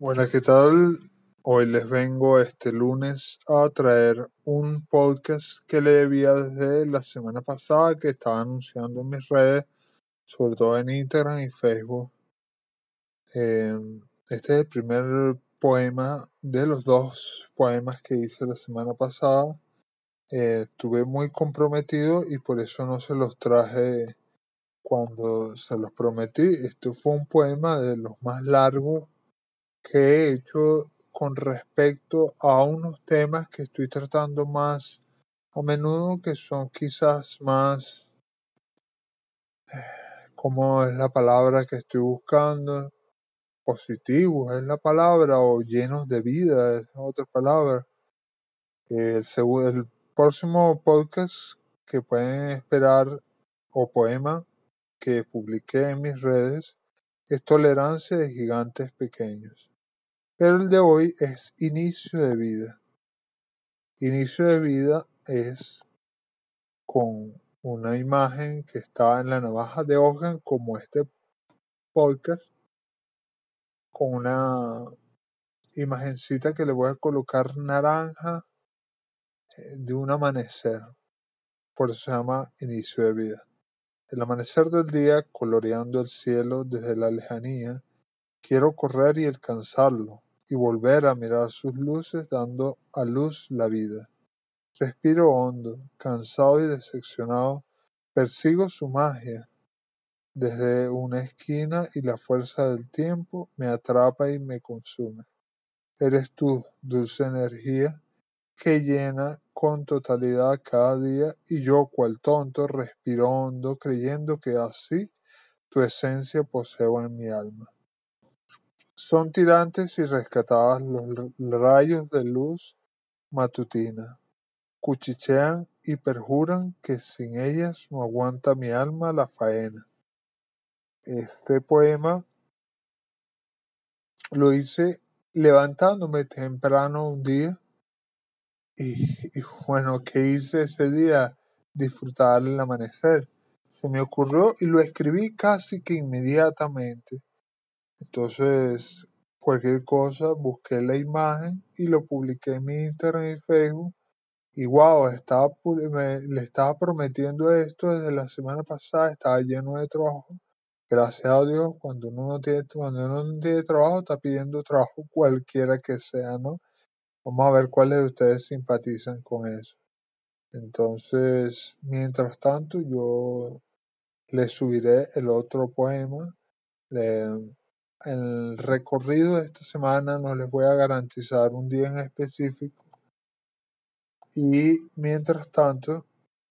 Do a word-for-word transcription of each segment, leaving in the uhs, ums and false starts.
Bueno, ¿qué tal? Hoy les vengo este lunes a traer un podcast que le debía desde la semana pasada, que estaba anunciando en mis redes, sobre todo en Instagram y Facebook. Eh, este es el primer poema de los dos poemas que hice la semana pasada. Eh, estuve muy comprometido y por eso no se los traje cuando se los prometí. Este fue un poema de los más largos que he hecho con respecto a unos temas que estoy tratando más a menudo, que son quizás más, ¿cómo es la palabra que estoy buscando? Positivos es la palabra, o llenos de vida es otra palabra. El, segu- el próximo podcast que pueden esperar, o poema que publiqué en mis redes, es Tolerancia de Gigantes Pequeños. Pero el de hoy es Inicio de Vida. Inicio de vida es con una imagen que está en la navaja de Ockham, como este podcast, con una imagencita que le voy a colocar naranja, eh, de un amanecer. Por eso se llama Inicio de Vida. El amanecer del día coloreando el cielo desde la lejanía. Quiero correr y alcanzarlo, y volver a mirar sus luces dando a luz la vida. Respiro hondo, cansado y decepcionado, persigo su magia desde una esquina y la fuerza del tiempo me atrapa y me consume. Eres tú, dulce energía, que llena con totalidad cada día, y yo, cual tonto, respiro hondo, creyendo que así tu esencia poseo en mi alma. Son tirantes y rescatadas los rayos de luz matutina. Cuchichean y perjuran que sin ellas no aguanta mi alma la faena. Este poema lo hice levantándome temprano un día y, y bueno, ¿qué hice ese día? Disfrutar el amanecer. Se me ocurrió y lo escribí casi que inmediatamente. Entonces, cualquier cosa, busqué la imagen y lo publiqué en mi Instagram y Facebook. Y wow, estaba, pu- me- le estaba prometiendo esto desde la semana pasada, estaba lleno de trabajo. Gracias a Dios, cuando uno no tiene, cuando uno no tiene trabajo, está pidiendo trabajo cualquiera que sea, ¿no? Vamos a ver cuáles de ustedes simpatizan con eso. Entonces, mientras tanto, yo les subiré el otro poema. Le- el recorrido de esta semana no les voy a garantizar un día en específico. Y mientras tanto,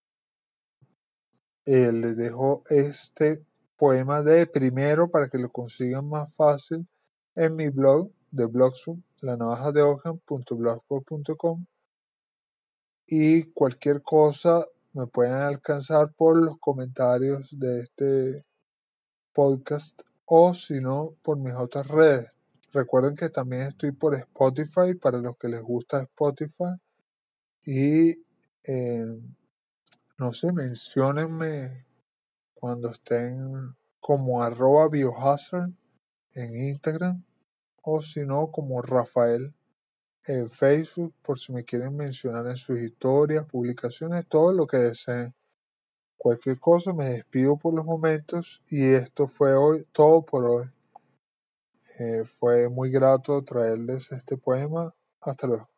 eh, les dejo este poema de primero para que lo consigan más fácil en mi blog de Blogspot, la navaja de Ockham punto blogspot punto com, y cualquier cosa me pueden alcanzar por los comentarios de este podcast, o si no por mis otras redes. Recuerden que también estoy por Spotify para los que les gusta Spotify, y eh, no sé, menciónenme cuando estén como arroba biohazard en Instagram, o si no como Rafael en Facebook, por si me quieren mencionar en sus historias, publicaciones, todo lo que deseen. Cualquier cosa, me despido por los momentos y esto fue hoy, todo por hoy. Eh, fue muy grato traerles este poema. Hasta luego.